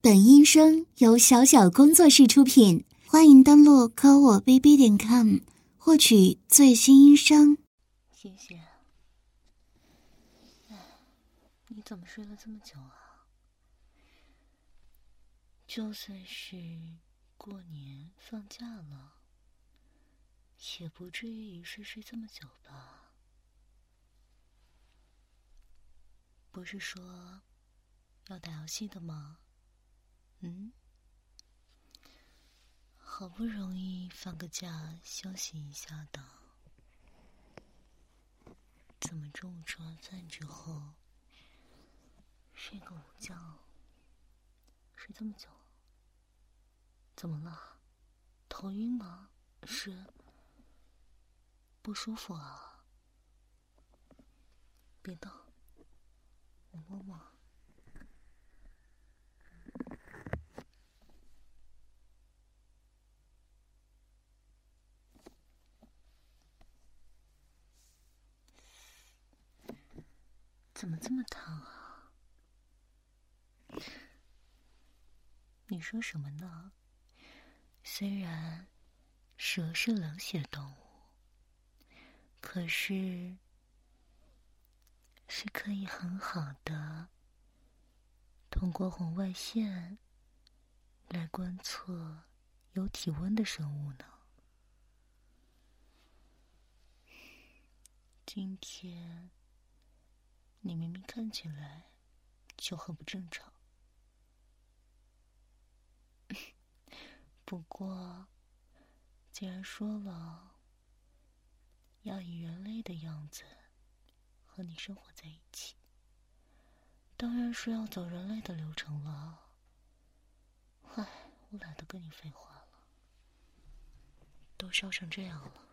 本音声由小小工作室出品，欢迎登录科我 bb.com 获取最新音声。 谢谢。你怎么睡了这么久啊？就算是过年放假了，也不至于一睡睡这么久吧？不是说要打游戏的吗？好不容易放个假休息一下的，怎么中午吃完饭之后睡个午觉，睡这么久？怎么了？头晕吗？是不舒服啊？别动，我摸摸。怎么这么烫啊？你说什么呢？虽然蛇是冷血动物，可是可以很好的通过红外线来观测有体温的生物呢。今天你明明看起来就很不正常。不过既然说了要以人类的样子和你生活在一起，当然是要走人类的流程了。唉，我懒得跟你废话了，都烧成这样了。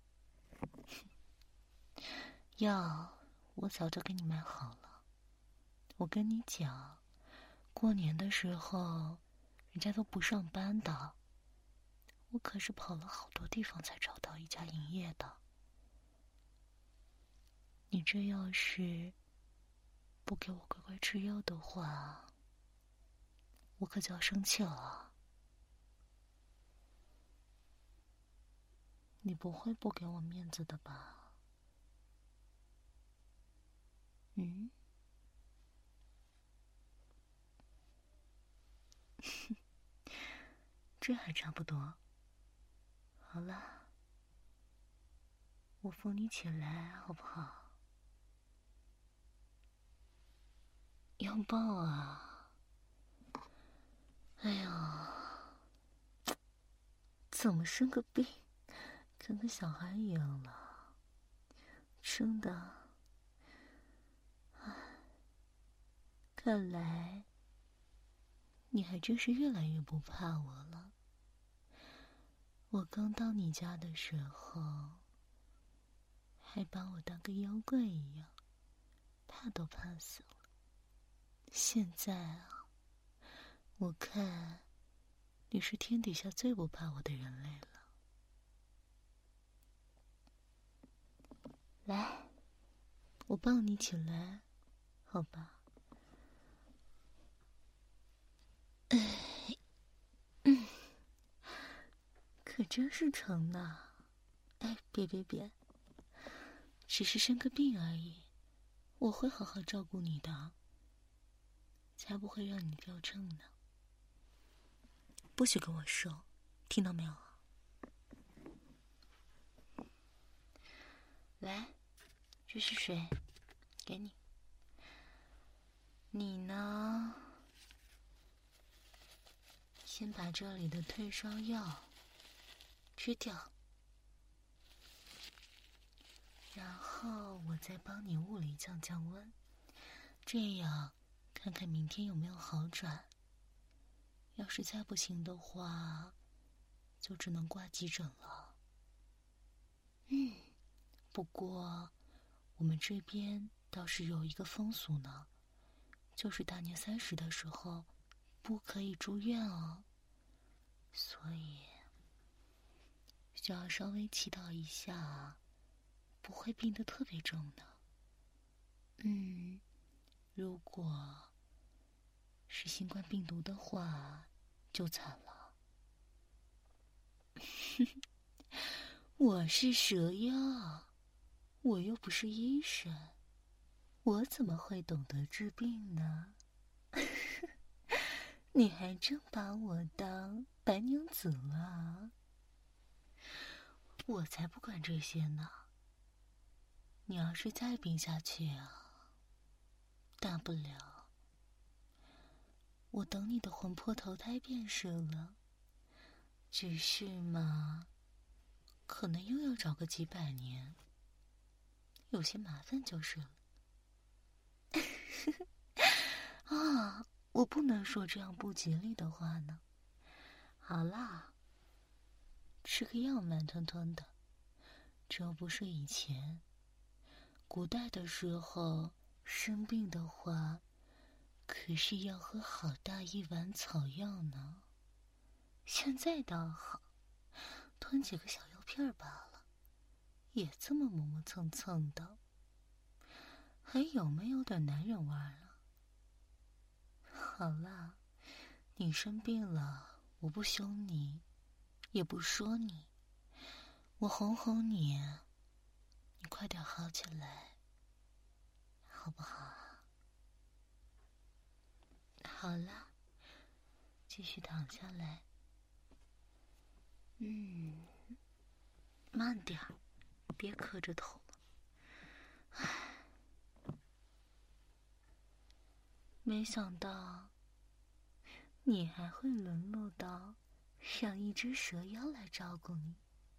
药我早就给你买好了，我跟你讲，过年的时候人家都不上班的，我可是跑了好多地方才找到一家营业的。你这要是不给我乖乖吃药的话，我可就要生气了。你不会不给我面子的吧？这还差不多。好了，我扶你起来好不好？要抱啊！哎呀，怎么生个病跟个小孩一样了？生的，看来你还真是越来越不怕我了。我刚到你家的时候还把我当个妖怪一样，怕都怕死了。现在啊，我看你是天底下最不怕我的人类了。来，我抱你起来，好吧？可真是成呢。哎，别，只是生个病而已，我会好好照顾你的，才不会让你掉秤呢。不许跟我说，听到没有？来，这是水，给你。你呢，先把这里的退烧药吃掉，然后我再帮你物理降温，这样看看明天有没有好转。要是再不行的话，就只能挂急诊了。不过我们这边倒是有一个风俗呢，就是大年30的时候不可以住院哦，所以需要稍微祈祷一下，不会病得特别重的。如果是新冠病毒的话，就惨了。我是蛇妖，我又不是医生，我怎么会懂得治病呢？你还真把我当白娘子了？我才不管这些呢。你要是再病下去啊，大不了我等你的魂魄投胎便是了。只是嘛，可能又要找个几百年，有些麻烦就是了。啊，我不能说这样不吉利的话呢。好啦，吃个药慢吞吞的。这不是以前，古代的时候生病的话，可是要喝好大一碗草药呢。现在倒好，吞几个小药片罢了，也这么磨磨蹭蹭的，还有没有点男人味儿了？好啦，你生病了，我不凶你，也不说你，我哄哄你，你快点好起来，好不好啊？好啦，继续躺下来。慢点儿，别磕着头了。没想到你还会沦落到让一只蛇妖来照顾你。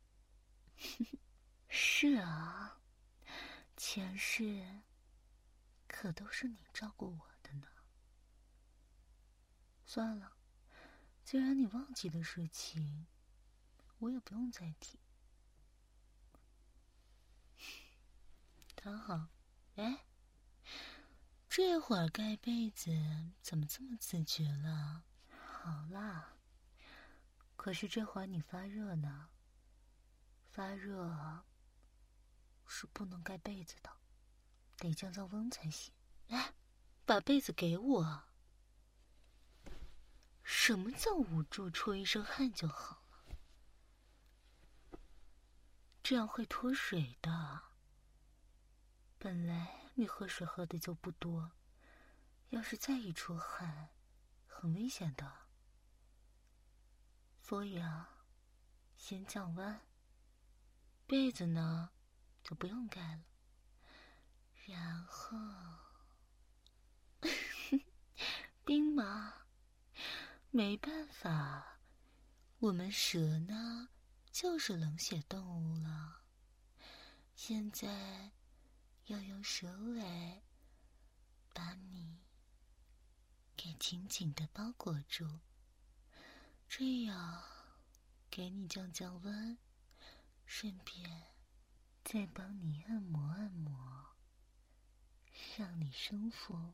是啊，前世可都是你照顾我的呢。算了，既然你忘记的事情，我也不用再提。躺好。哎，这会儿盖被子怎么这么自觉了？好啦，可是这会儿你发热呢，发热是不能盖被子的，得降降温才行。来，把被子给我。什么叫捂住，出一身汗就好了？这样会脱水的。本来你喝水喝的就不多，要是再一出汗，很危险的。所以啊，先降温，被子呢就不用盖了。然后，冰吗？没办法，我们蛇呢就是冷血动物了。现在要用蛇尾把你给紧紧地包裹住，这样给你降降温，顺便再帮你按摩按摩，让你舒服，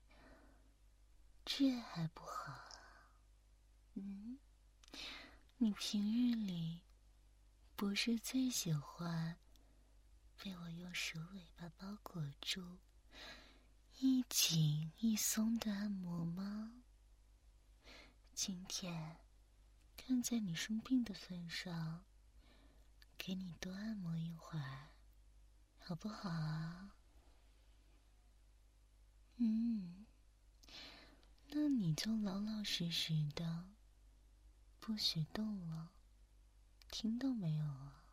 这还不好啊？你平日里不是最喜欢被我用蛇尾巴包裹住，一紧一松的按摩吗？今天看在你生病的份上，给你多按摩一会儿，好不好啊？那你就老老实实的，不许动了，听到没有啊？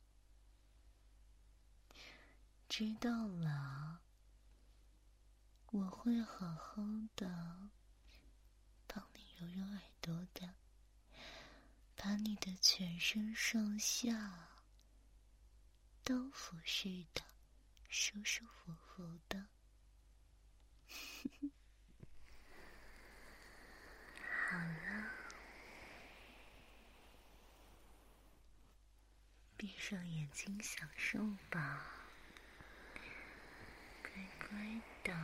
知道了，我会好好的帮你揉揉耳朵的，把你的全身上下都服侍的舒舒服服的。好了，闭上眼睛享受吧，乖乖的，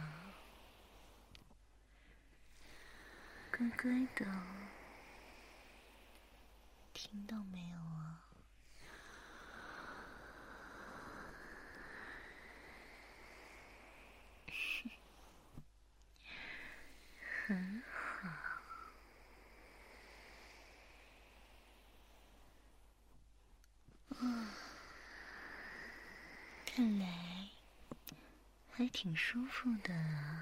乖乖的，听到没有啊？很好。 看来还挺舒服的啊，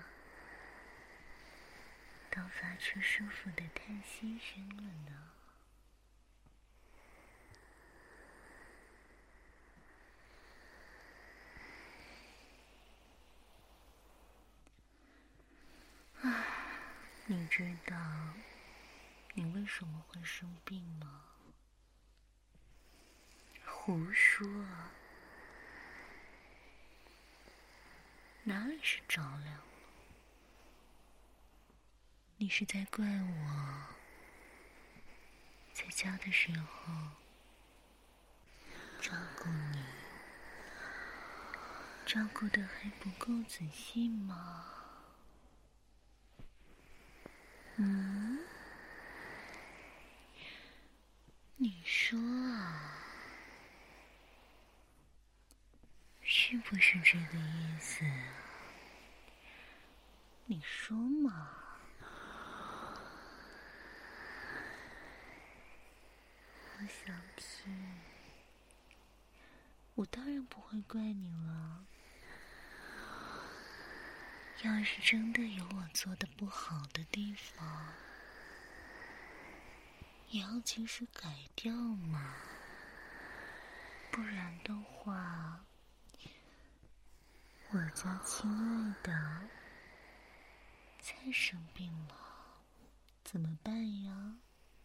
都发出舒服的叹息声了呢。你知道你为什么会生病吗？胡说，哪里是着凉了？你是在怪我在家的时候照顾你，照顾得还不够仔细吗？你说啊，是不是这个意思啊？你说嘛。我想听。我当然不会怪你了。要是真的有我做的不好的地方，也要及时改掉嘛。不然的话，我家亲爱的再生病了，怎么办呀？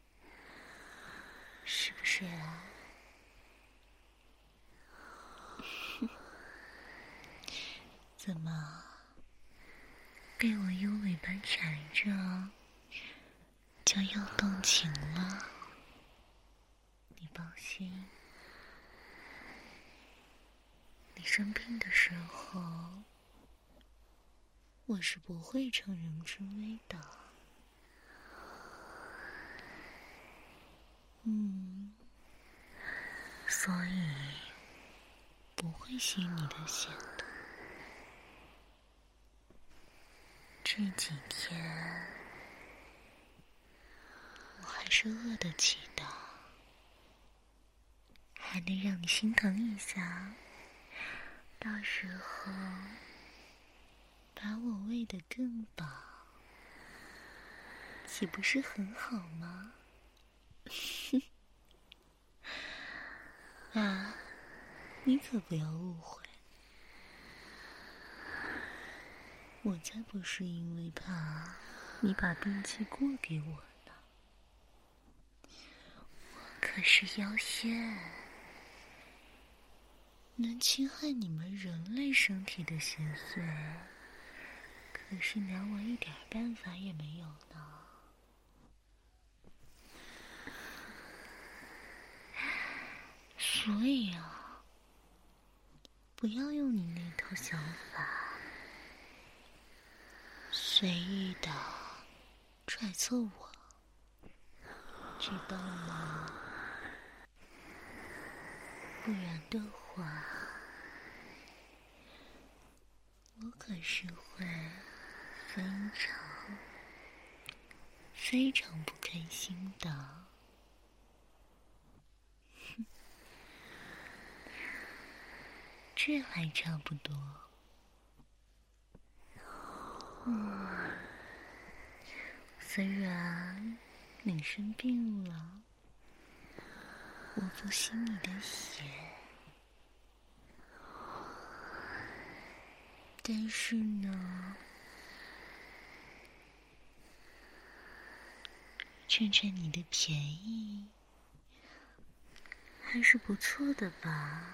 是不是啊？怎么被我用尾巴缠着就又动情了？你放心，你生病的时候，我是不会乘人之危的。所以不会吸你的血的。这几天我还是饿得起的，还能让你心疼一下，到时候把我喂得更饱，岂不是很好吗？啊，你可不要误会，我才不是因为怕你把病气过给我呢，我可是妖仙，能侵害你们人类身体的邪祟，可是拿我一点办法也没有呢。所以啊，不要用你那套想法随意的揣测我，知道吗？不然的话，我可是会非常非常不开心的。这还差不多。虽然你生病了，我不吸你的血，但是呢，占占你的便宜还是不错的吧。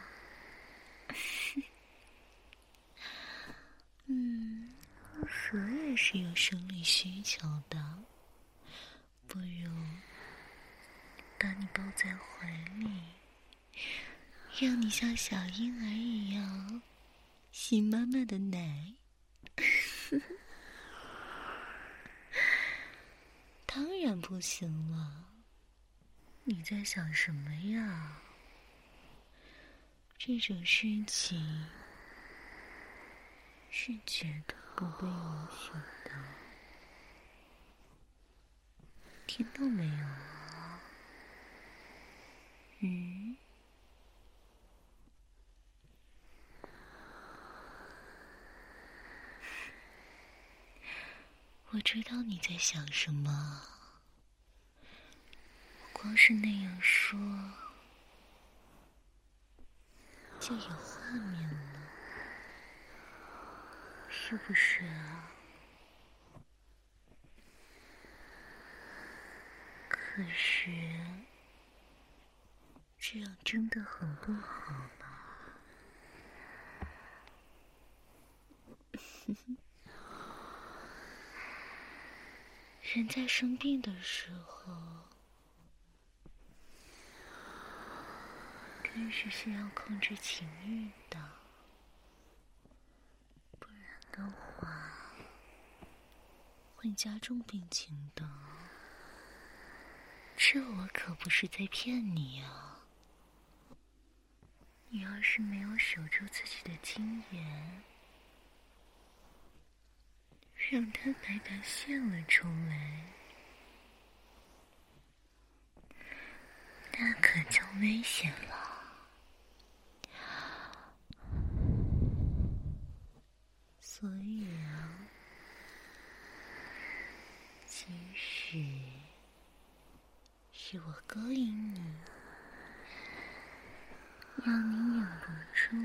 蛇也是有生理需求的，不如把你抱在怀里，让你像小婴儿一样吸妈妈的奶。当然不行了，你在想什么呀？这种事情是绝对不被允许的，听到没有啊？ 知道你在想什么，我光是那样说，就有画面了，是不是啊？可是，这样真的很不好吧？人在生病的时候，更是要控制情欲的，不然的话，会加重病情的。这我可不是在骗你啊！你要是没有守住自己的金源，让它白白现了出来，那可就危险了。所以啊，其实是我勾引你，让你忍不住，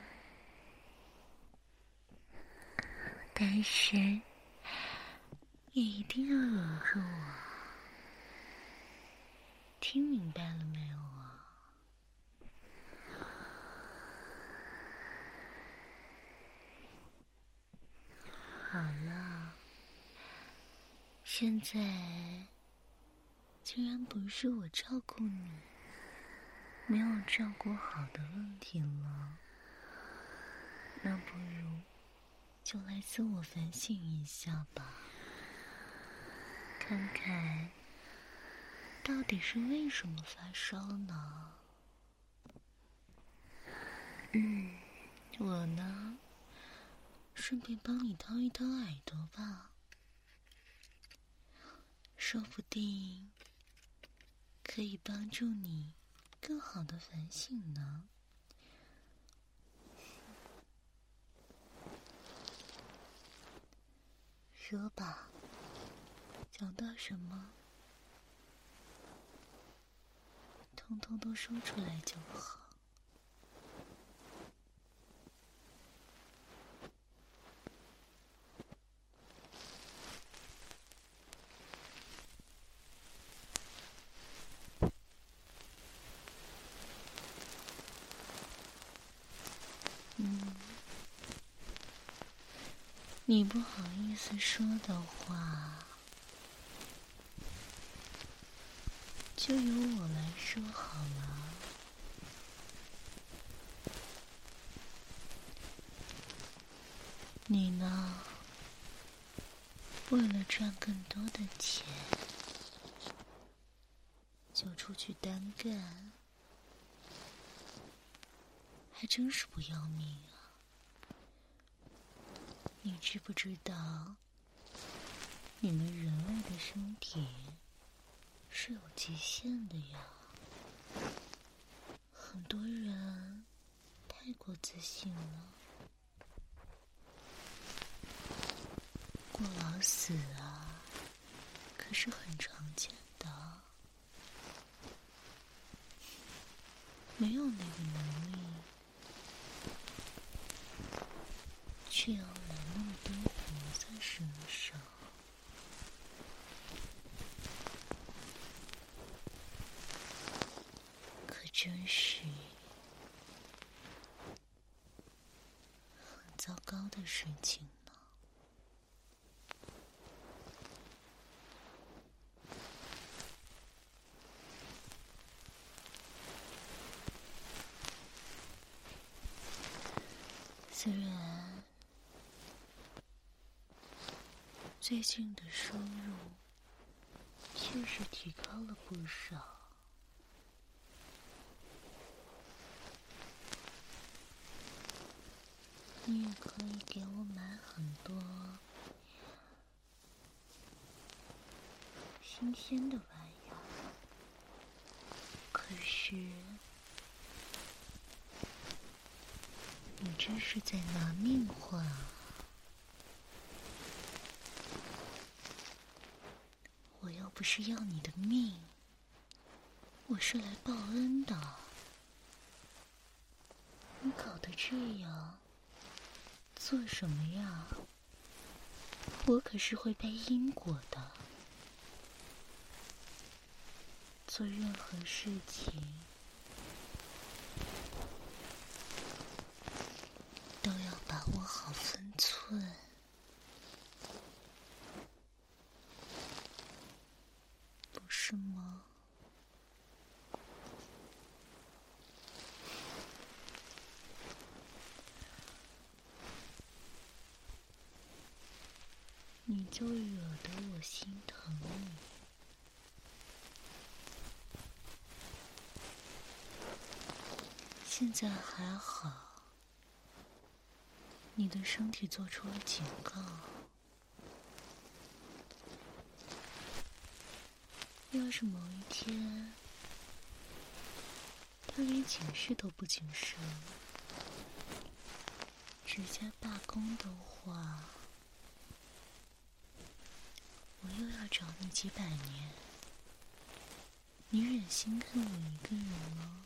但是也一定要忍住啊！听明白了没有啊？好了，现在既然不是我照顾你，没有照顾好的问题了，那不如就来自我反省一下吧，看看到底是为什么发烧呢？我呢，顺便帮你掏一掏耳朵吧，说不定可以帮助你更好的反省呢。说吧，讲到什么，通通都说出来就好。你不好意思说的话，就由我来说好了。你呢，为了赚更多的钱，就出去单干，还真是不要命啊！你知不知道，你们人类的身体是有极限的呀？很多人太过自信了，过劳死啊，可是很常见的。没有那个能力，却要来那么多活在身上，可真是很糟糕的事情呢。虽然最近的收入确实提高了不少，你也可以给我买很多新鲜的玩意儿，可是你这是在拿命换啊！ 不是要你的命，我是来报恩的。你搞得这样，做什么呀？我可是会背因果的。做任何事情都要把握好分寸，不是吗？你就惹得我心疼你。现在还好，你的身体做出了警告。要是某一天，他连警示都不警示了，直接罢工的话，我又要找你几百年。你忍心看我一个人吗？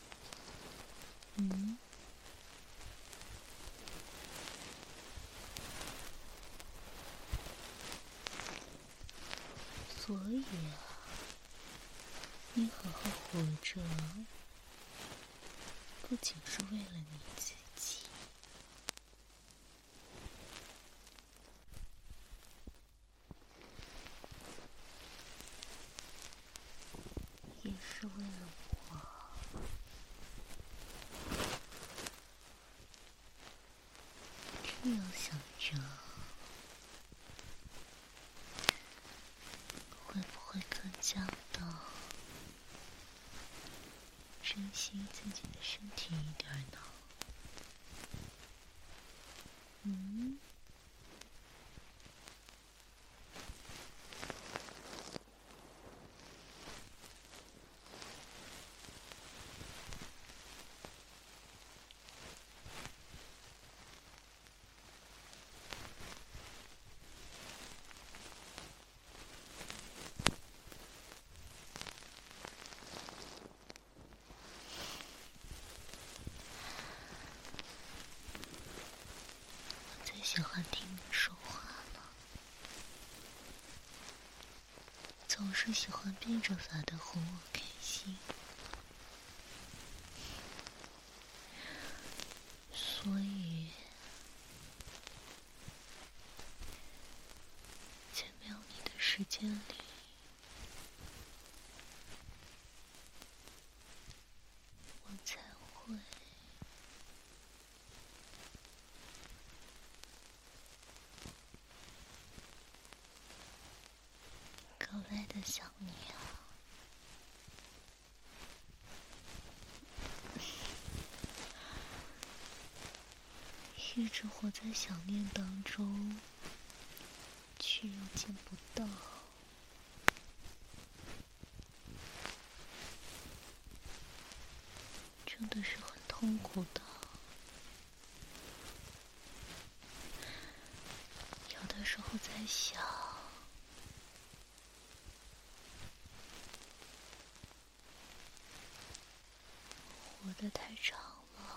所以啊，你好好活着，不仅是为了你自己，也是为了我。这样想着，会不会更加的珍惜自己的身体一点呢？喜欢听你说话了，总是喜欢变着法的哄我开心，所以在没有你的时间里，我才会格外的想你啊。一直活在想念当中，却又见不到，真的是很痛苦的。有的时候在想，活得太长了，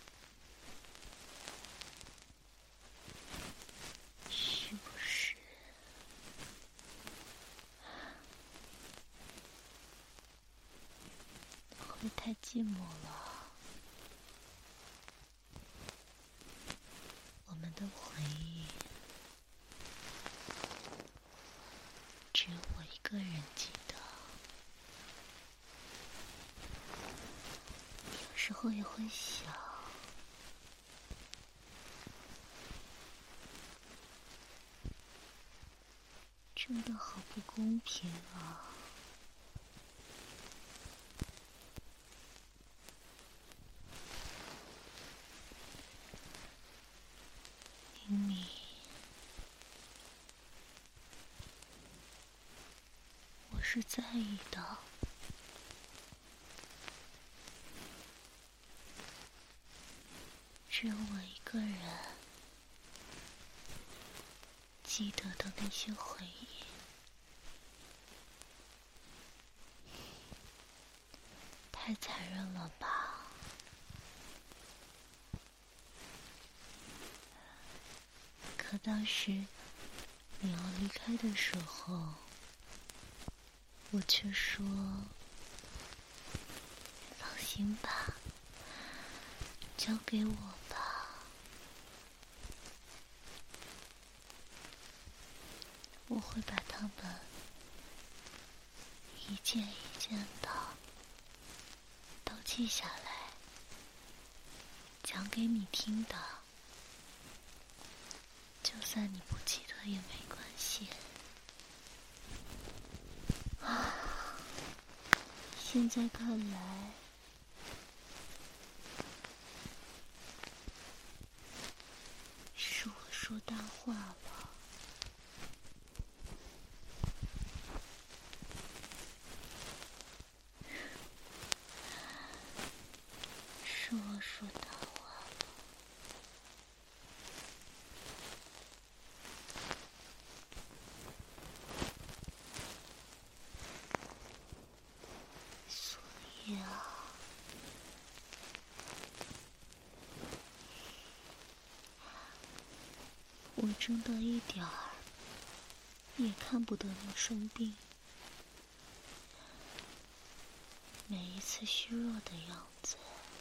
是不是会太寂寞了？我们的回忆只有我一个人记得，有时候也会想，真的好不公平啊！明明我是在意的，只有我一个人记得的那些回忆， 太残忍了吧？可当时你要离开的时候，我却说：“放心吧，交给我吧。”我会把它们一件一件的都记下来，讲给你听的。就算你不记得也没关系。现在看来，是我说大话了。是我说大话了。所以啊，我真的一点儿也看不得你生病。每一次虚弱的样子，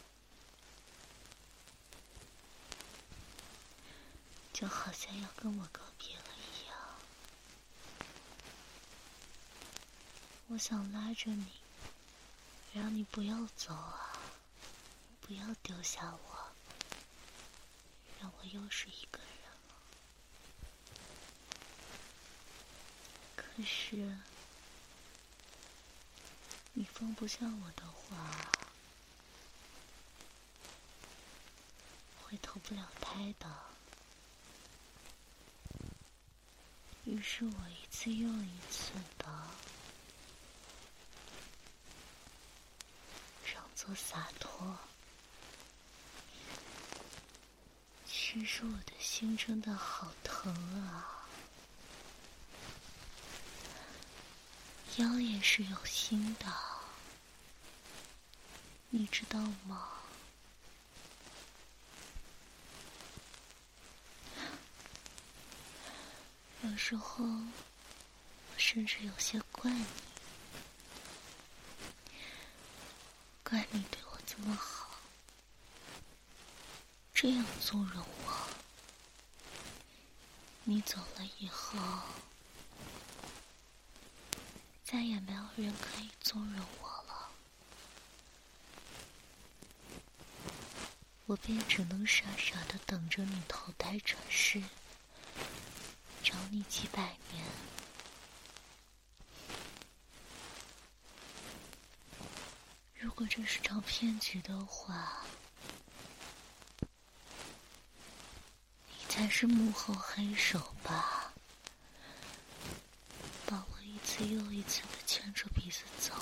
就好像要跟我告别了一样。我想拉着你，让你不要走啊，不要丢下我，让我又是一个人了。可是你放不下我的话，会投不了胎的。于是我一次又一次的装作洒脱。其实我的心真的好疼啊，腰也是有心的，你知道吗？有时候我甚至有些怪你，怪你对我这么好，这样纵容我。你走了以后，再也没有人可以纵容我了，我便只能傻傻的等着你投胎转世，找你几百年。如果这是场骗局的话，你才是幕后黑手吧？把我一次又一次的牵着鼻子走。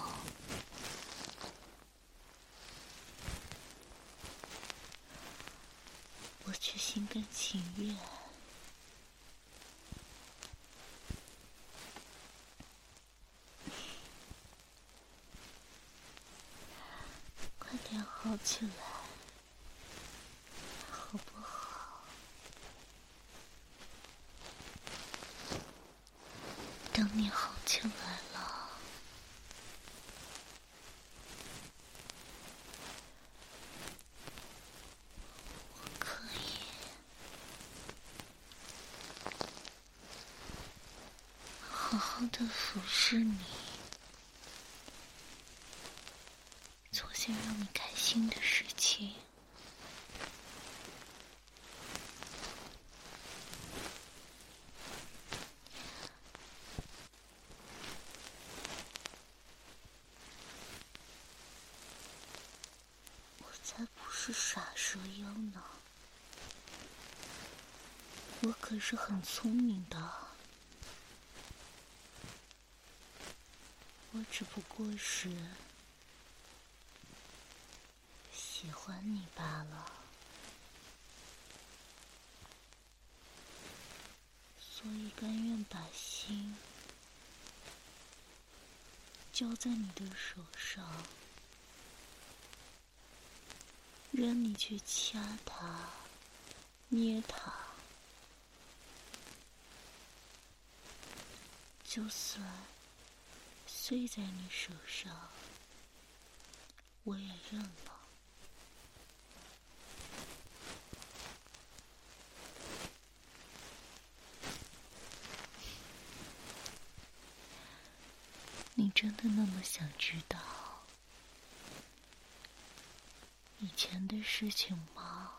我却心甘情愿。快点好起来，好不好？等你好起来了，我可以好好的服侍你，做些让你开心的事情。我才不是傻蛇妖呢，我可是很聪明的。我只不过是喜欢你罢了，所以甘愿把心交在你的手上。 让你去掐它、捏它，就算碎在你手上，我也认了。你真的那么想知道以前的事情吗？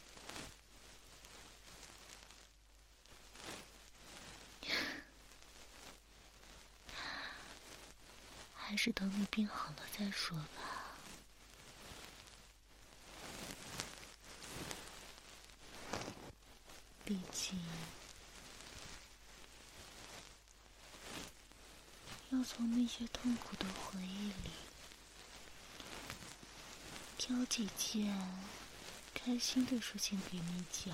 还是等你病好了再说吧。毕竟要从那些痛苦的回忆里挑几件开心的事情给你讲，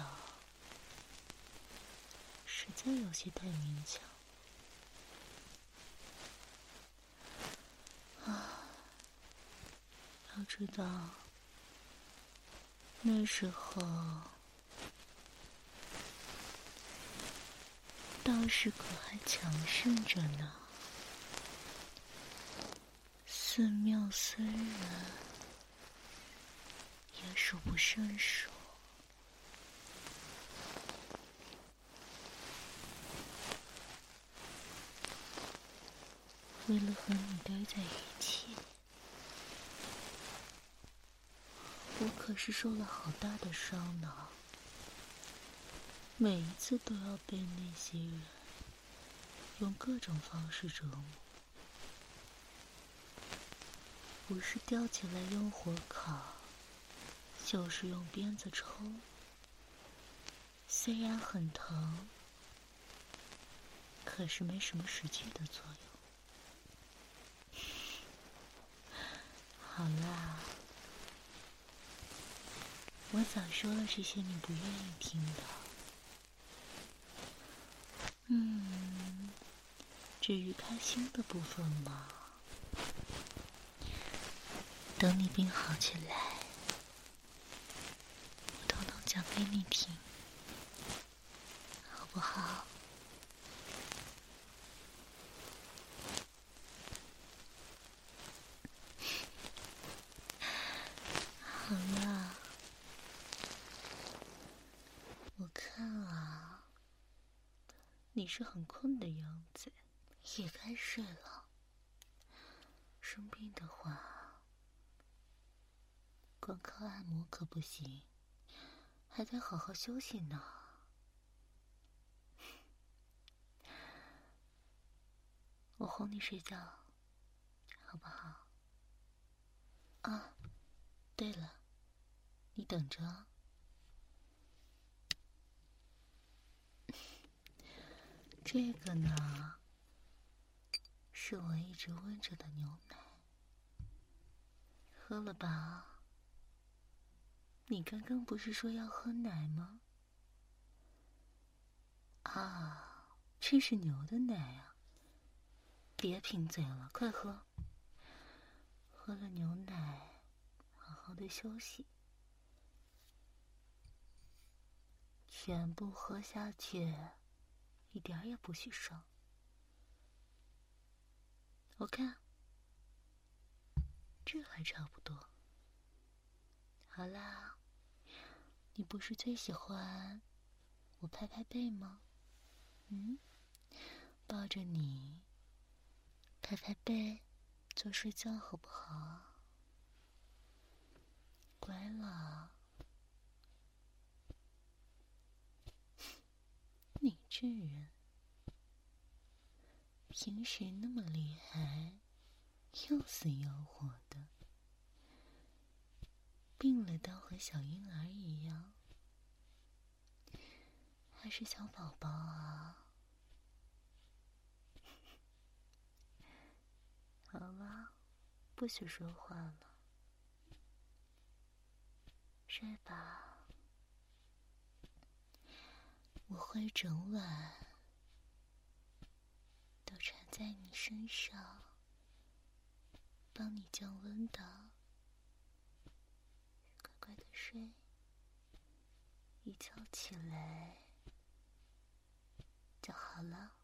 实在有些太勉强。要知道，那时候道士可还强盛着呢，寺庙僧人也数不胜数。为了和你待在一起，我可是受了好大的伤呢。每一次都要被那些人用各种方式折磨，不是吊起来用火烤，就是用鞭子抽。虽然很疼，可是没什么实际的作用。好啦，我早说了这些你不愿意听的。至于开心的部分嘛，等你病好起来，我统统讲给你听，好不好？好了，我看啊，你是很困的样子，也该睡了。生病的话，光靠按摩可不行，还得好好休息呢。我哄你睡觉，好不好？啊，对了，你等着。这个呢，是我一直温着的牛奶，喝了吧？你刚刚不是说要喝奶吗？啊，这是牛的奶啊！别贫嘴了，快喝。喝了牛奶，好好的休息，全部喝下去，一点也不许剩。我看这还差不多。好啦，你不是最喜欢我拍拍背吗？抱着你拍拍背做睡觉好不好？乖了。你这人平时那么厉害，要死要活的，病了当和小婴儿一样，还是小宝宝啊。好了，不许说话了，睡吧。我会整晚都缠在你身上，帮你降温的。乖乖的睡，一觉起来就好了。